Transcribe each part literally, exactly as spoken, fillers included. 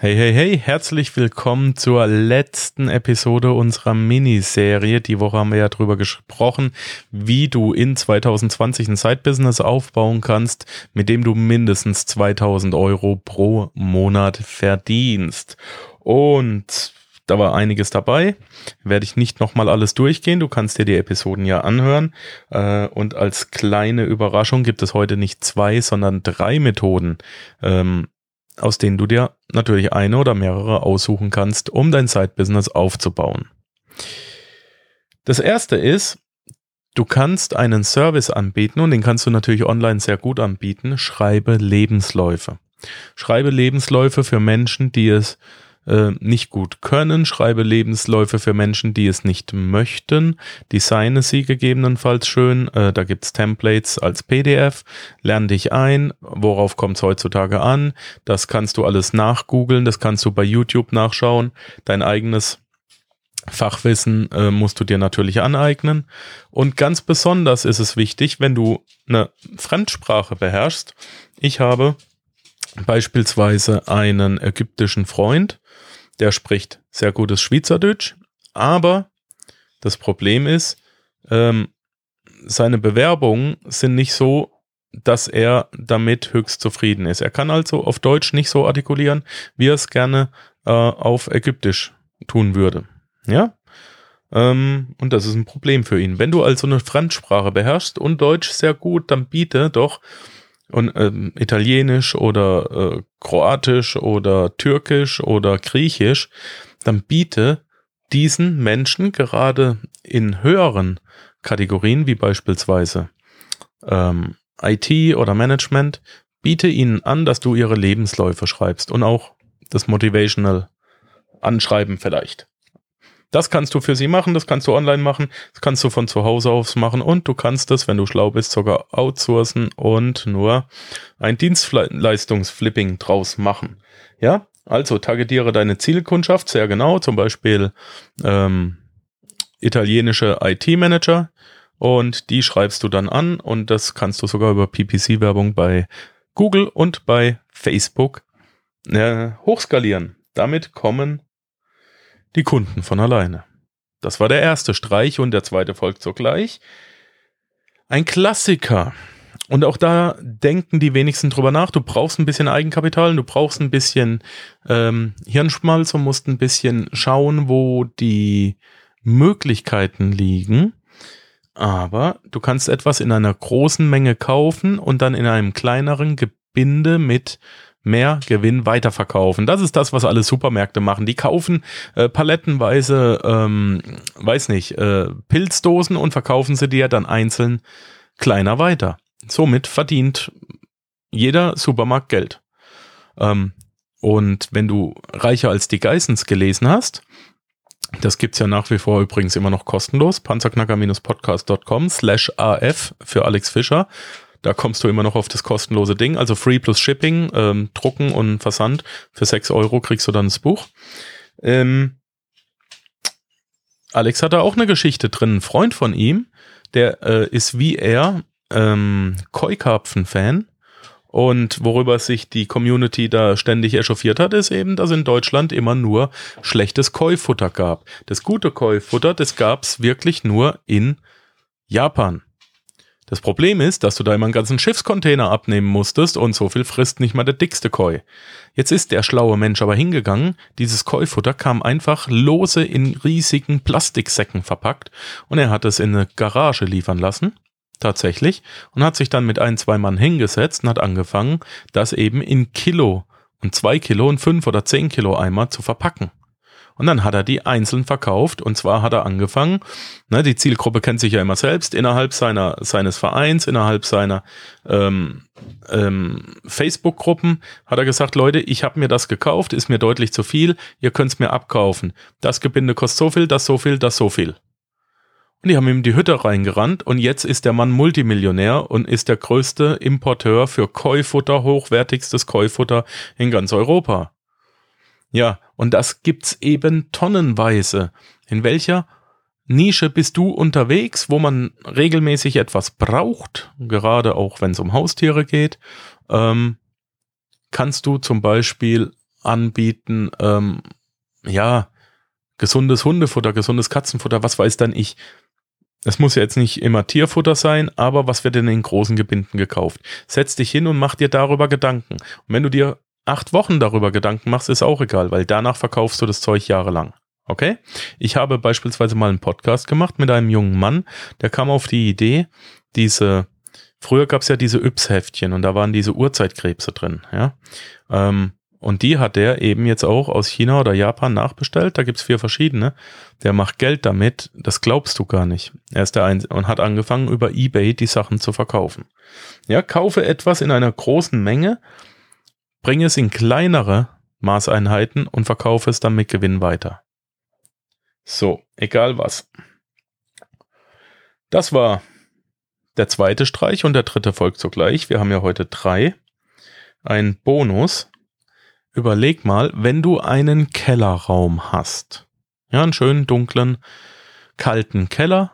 Hey, hey, hey, herzlich willkommen zur letzten Episode unserer Miniserie. Die Woche haben wir ja drüber gesprochen, wie du in zwanzig zwanzig ein Side-Business aufbauen kannst, mit dem du mindestens zweitausend Euro pro Monat verdienst. Und da war einiges dabei, werde ich nicht nochmal alles durchgehen, du kannst dir die Episoden ja anhören. Und als kleine Überraschung gibt es heute nicht zwei, sondern drei Methoden, ähm, aus denen du dir natürlich eine oder mehrere aussuchen kannst, um dein Side-Business aufzubauen. Das erste ist, du kannst einen Service anbieten und den kannst du natürlich online sehr gut anbieten. Schreibe Lebensläufe. Schreibe Lebensläufe für Menschen, die es äh, nicht gut können. Schreibe Lebensläufe für Menschen, die es nicht möchten. Designe sie gegebenenfalls schön. Äh, da gibt's Templates als P D F. Lern dich ein. Worauf kommt es heutzutage an? Das kannst du alles nachgoogeln. Das kannst du bei YouTube nachschauen. Dein eigenes Fachwissen äh, musst du dir natürlich aneignen. Und ganz besonders ist es wichtig, wenn du eine Fremdsprache beherrschst. Ich habe beispielsweise einen ägyptischen Freund, der spricht sehr gutes Schweizerdeutsch, aber das Problem ist, ähm, seine Bewerbungen sind nicht so, dass er damit höchst zufrieden ist. Er kann also auf Deutsch nicht so artikulieren, wie er es gerne äh, auf Ägyptisch tun würde. Ja? Ähm, und das ist ein Problem für ihn. Wenn du also eine Fremdsprache beherrschst und Deutsch sehr gut, dann biete doch und ähm, Italienisch oder äh, Kroatisch oder Türkisch oder Griechisch, dann biete diesen Menschen gerade in höheren Kategorien, wie beispielsweise ähm, I T oder Management, biete ihnen an, dass du ihre Lebensläufe schreibst und auch das Motivational Anschreiben vielleicht. Das kannst du für sie machen, das kannst du online machen, das kannst du von zu Hause aus machen und du kannst es, wenn du schlau bist, sogar outsourcen und nur ein Dienstleistungsflipping draus machen. Ja, also targetiere deine Zielkundschaft sehr genau, zum Beispiel ähm, italienische I T-Manager und die schreibst du dann an und das kannst du sogar über P P C-Werbung bei Google und bei Facebook äh, hochskalieren. Damit kommen die Kunden von alleine. Das war der erste Streich und der zweite folgt sogleich. Ein Klassiker. Und auch da denken die wenigsten drüber nach. Du brauchst ein bisschen Eigenkapital, du brauchst ein bisschen ähm, Hirnschmalz und musst ein bisschen schauen, wo die Möglichkeiten liegen. Aber du kannst etwas in einer großen Menge kaufen und dann in einem kleineren Gebinde mit mehr Gewinn weiterverkaufen. Das ist das, was alle Supermärkte machen. Die kaufen äh, palettenweise, ähm, weiß nicht, äh, Pilzdosen und verkaufen sie dir dann einzeln kleiner weiter. Somit verdient jeder Supermarkt Geld. Ähm, und wenn du Reicher als die Geissens gelesen hast, das gibt's ja nach wie vor übrigens immer noch kostenlos, panzerknacker-podcast.com slash af für Alex Fischer. Da kommst du immer noch auf das kostenlose Ding, also Free plus Shipping, ähm, Drucken und Versand. Für sechs Euro kriegst du dann das Buch. Ähm, Alex hat da auch eine Geschichte drin. Ein Freund von ihm, der äh, ist wie er ähm, Koi-Karpfen-Fan. Und worüber sich die Community da ständig echauffiert hat, ist eben, dass in Deutschland immer nur schlechtes Koi-Futter gab. Das gute Koi-Futter, das gab's wirklich nur in Japan. Das Problem ist, dass du da immer einen ganzen Schiffscontainer abnehmen musstest und so viel frisst nicht mal der dickste Koi. Jetzt ist der schlaue Mensch aber hingegangen, dieses Koi-Futter kam einfach lose in riesigen Plastiksäcken verpackt und er hat es in eine Garage liefern lassen, tatsächlich, und hat sich dann mit ein, zwei Mann hingesetzt und hat angefangen, das eben in Kilo und zwei Kilo und fünf oder zehn Kilo Eimer zu verpacken. Und dann hat er die einzeln verkauft und zwar hat er angefangen, ne, die Zielgruppe kennt sich ja immer selbst, innerhalb seiner seines Vereins, innerhalb seiner ähm, ähm, Facebook-Gruppen hat er gesagt, Leute, ich habe mir das gekauft, ist mir deutlich zu viel, ihr könnt es mir abkaufen. Das Gebinde kostet so viel, das so viel, das so viel. Und die haben ihm die Hütte reingerannt und jetzt ist der Mann Multimillionär und ist der größte Importeur für Koi-Futter, hochwertigstes Koi-Futter in ganz Europa. Ja, und das gibt's eben tonnenweise. In welcher Nische bist du unterwegs, wo man regelmäßig etwas braucht, gerade auch wenn es um Haustiere geht, ähm, kannst du zum Beispiel anbieten, ähm, ja, gesundes Hundefutter, gesundes Katzenfutter, was weiß dann ich. Es muss ja jetzt nicht immer Tierfutter sein, aber was wird denn in großen Gebinden gekauft? Setz dich hin und mach dir darüber Gedanken. Und wenn du dir acht Wochen darüber Gedanken machst, ist auch egal, weil danach verkaufst du das Zeug jahrelang. Okay? Ich habe beispielsweise mal einen Podcast gemacht mit einem jungen Mann, der kam auf die Idee, diese, früher gab es ja diese Yps-Heftchen und da waren diese Urzeitkrebse drin, ja. Ähm, Und die hat der eben jetzt auch aus China oder Japan nachbestellt. Da gibt's vier verschiedene. Der macht Geld damit. Das glaubst du gar nicht. Er ist der Einzige und hat angefangen, über eBay die Sachen zu verkaufen. Ja, kaufe etwas in einer großen Menge, bringe es in kleinere Maßeinheiten und verkaufe es dann mit Gewinn weiter. So, egal was. Das war der zweite Streich und der dritte folgt sogleich. Wir haben ja heute drei. Ein Bonus. Überleg mal, wenn du einen Kellerraum hast, ja, einen schönen, dunklen, kalten Keller,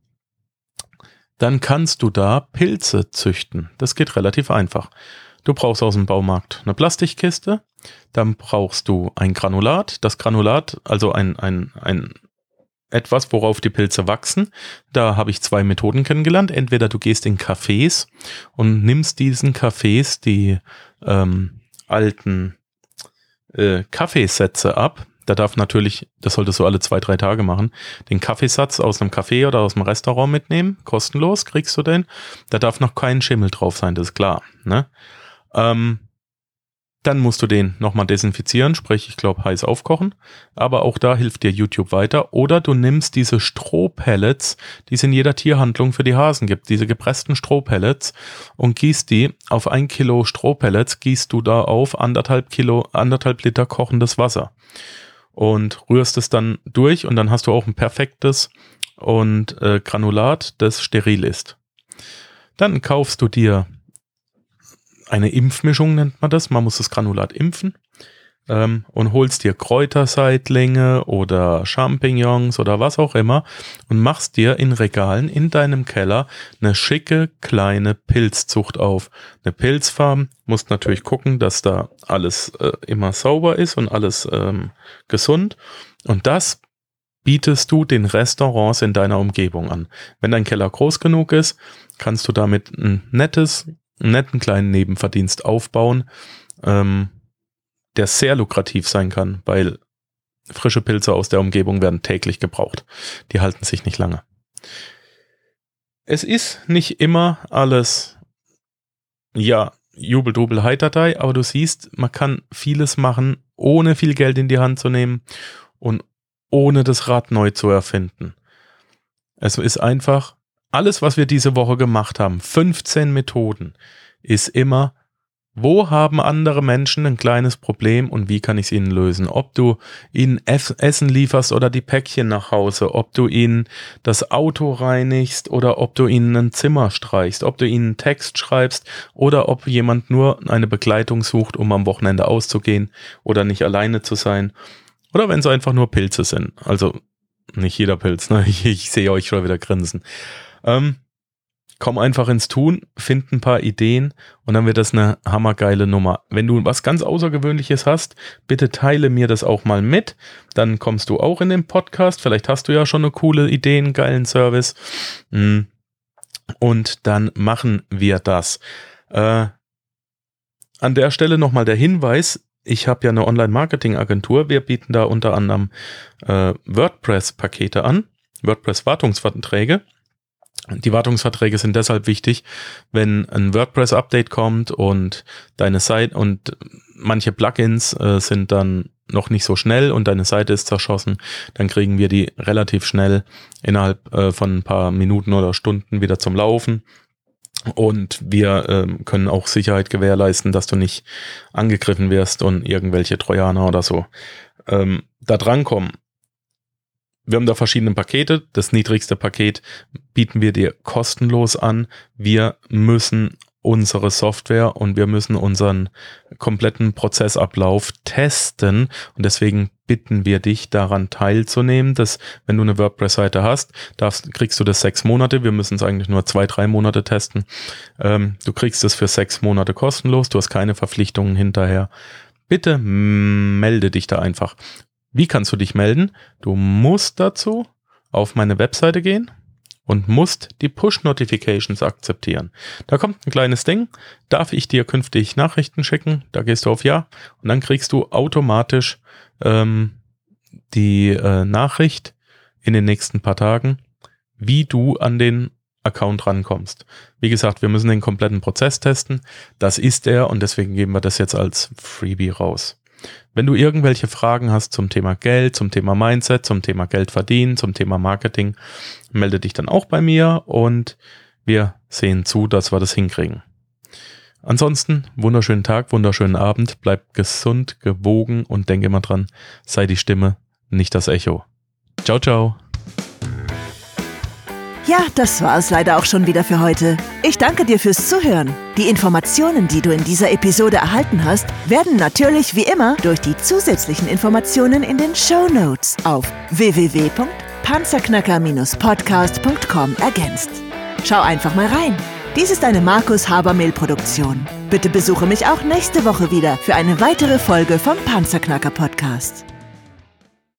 dann kannst du da Pilze züchten. Das geht relativ einfach. Du brauchst aus dem Baumarkt eine Plastikkiste, dann brauchst du ein Granulat. Das Granulat, also ein, ein, ein etwas, worauf die Pilze wachsen. Da habe ich zwei Methoden kennengelernt. Entweder du gehst in Cafés und nimmst diesen Cafés die ähm, alten Äh, Kaffeesätze ab. Da darf natürlich, das solltest du alle zwei, drei Tage machen, den Kaffeesatz aus einem Café oder aus dem Restaurant mitnehmen. Kostenlos kriegst du den. Da darf noch kein Schimmel drauf sein, das ist klar. Ne? Ähm, dann musst du den nochmal desinfizieren, sprich, ich glaube, heiß aufkochen. Aber auch da hilft dir YouTube weiter. Oder du nimmst diese Strohpellets, die es in jeder Tierhandlung für die Hasen gibt, diese gepressten Strohpellets und gießt die auf ein Kilo Strohpellets, gießt du da auf anderthalb Kilo, anderthalb Liter kochendes Wasser und rührst es dann durch und dann hast du auch ein perfektes und äh, Granulat, das steril ist. Dann kaufst du dir eine Impfmischung, nennt man das. Man muss das Granulat impfen ähm, und holst dir Kräuterseitlinge oder Champignons oder was auch immer und machst dir in Regalen in deinem Keller eine schicke kleine Pilzzucht auf. Eine Pilzfarm, musst natürlich gucken, dass da alles äh, immer sauber ist und alles ähm, gesund. Und das bietest du den Restaurants in deiner Umgebung an. Wenn dein Keller groß genug ist, kannst du damit ein nettes einen netten kleinen Nebenverdienst aufbauen, ähm, der sehr lukrativ sein kann, weil frische Pilze aus der Umgebung werden täglich gebraucht. Die halten sich nicht lange. Es ist nicht immer alles, ja, Jubel, Dubel, Heiterdei, aber du siehst, man kann vieles machen, ohne viel Geld in die Hand zu nehmen und ohne das Rad neu zu erfinden. Es ist einfach alles, was wir diese Woche gemacht haben, fünfzehn Methoden, ist immer, wo haben andere Menschen ein kleines Problem und wie kann ich es ihnen lösen? Ob du ihnen Essen lieferst oder die Päckchen nach Hause, ob du ihnen das Auto reinigst oder ob du ihnen ein Zimmer streichst, ob du ihnen einen Text schreibst oder ob jemand nur eine Begleitung sucht, um am Wochenende auszugehen oder nicht alleine zu sein. Oder wenn es einfach nur Pilze sind. Also nicht jeder Pilz, ne? Ich, ich sehe euch schon wieder grinsen. Ähm, komm einfach ins Tun, find ein paar Ideen und dann wird das eine hammergeile Nummer. Wenn du was ganz Außergewöhnliches hast, bitte teile mir das auch mal mit. Dann kommst du auch in den Podcast. Vielleicht hast du ja schon eine coole Idee, einen geilen Service. Und dann machen wir das. Äh, an der Stelle nochmal der Hinweis, ich habe ja eine Online-Marketing-Agentur. Wir bieten da unter anderem äh, WordPress-Pakete an, WordPress-Wartungsverträge. Die Wartungsverträge sind deshalb wichtig, wenn ein WordPress-Update kommt und deine Seite und manche Plugins äh, sind dann noch nicht so schnell und deine Seite ist zerschossen, dann kriegen wir die relativ schnell innerhalb äh, von ein paar Minuten oder Stunden wieder zum Laufen. Und wir ähm, können auch Sicherheit gewährleisten, dass du nicht angegriffen wirst und irgendwelche Trojaner oder so ähm, da drankommen. Wir haben da verschiedene Pakete. Das niedrigste Paket bieten wir dir kostenlos an. Wir müssen unsere Software und wir müssen unseren kompletten Prozessablauf testen. Und deswegen bitten wir dich, daran teilzunehmen, dass wenn du eine WordPress-Seite hast, darfst, kriegst du das sechs Monate. Wir müssen es eigentlich nur zwei, drei Monate testen. Ähm, du kriegst es für sechs Monate kostenlos. Du hast keine Verpflichtungen hinterher. bitte melde dich da einfach. Wie kannst du dich melden? Du musst dazu auf meine Webseite gehen und musst die Push-Notifications akzeptieren. Da kommt ein kleines Ding, darf ich dir künftig Nachrichten schicken? Da gehst du auf Ja und dann kriegst du automatisch ähm, die äh, Nachricht in den nächsten paar Tagen, wie du an den Account rankommst. Wie gesagt, wir müssen den kompletten Prozess testen. Das ist er und deswegen geben wir das jetzt als Freebie raus. Wenn du irgendwelche Fragen hast zum Thema Geld, zum Thema Mindset, zum Thema Geld verdienen, zum Thema Marketing, melde dich dann auch bei mir und wir sehen zu, dass wir das hinkriegen. Ansonsten, wunderschönen Tag, wunderschönen Abend, bleib gesund, gewogen und denke immer dran, sei die Stimme, nicht das Echo. Ciao, ciao. Ja, das war es leider auch schon wieder für heute. Ich danke dir fürs Zuhören. Die Informationen, die du in dieser Episode erhalten hast, werden natürlich wie immer durch die zusätzlichen Informationen in den Shownotes auf w w w punkt panzerknacker Bindestrich podcast punkt com ergänzt. Schau einfach mal rein. Dies ist eine Markus Habermehl-Produktion. Bitte besuche mich auch nächste Woche wieder für eine weitere Folge vom Panzerknacker Podcast.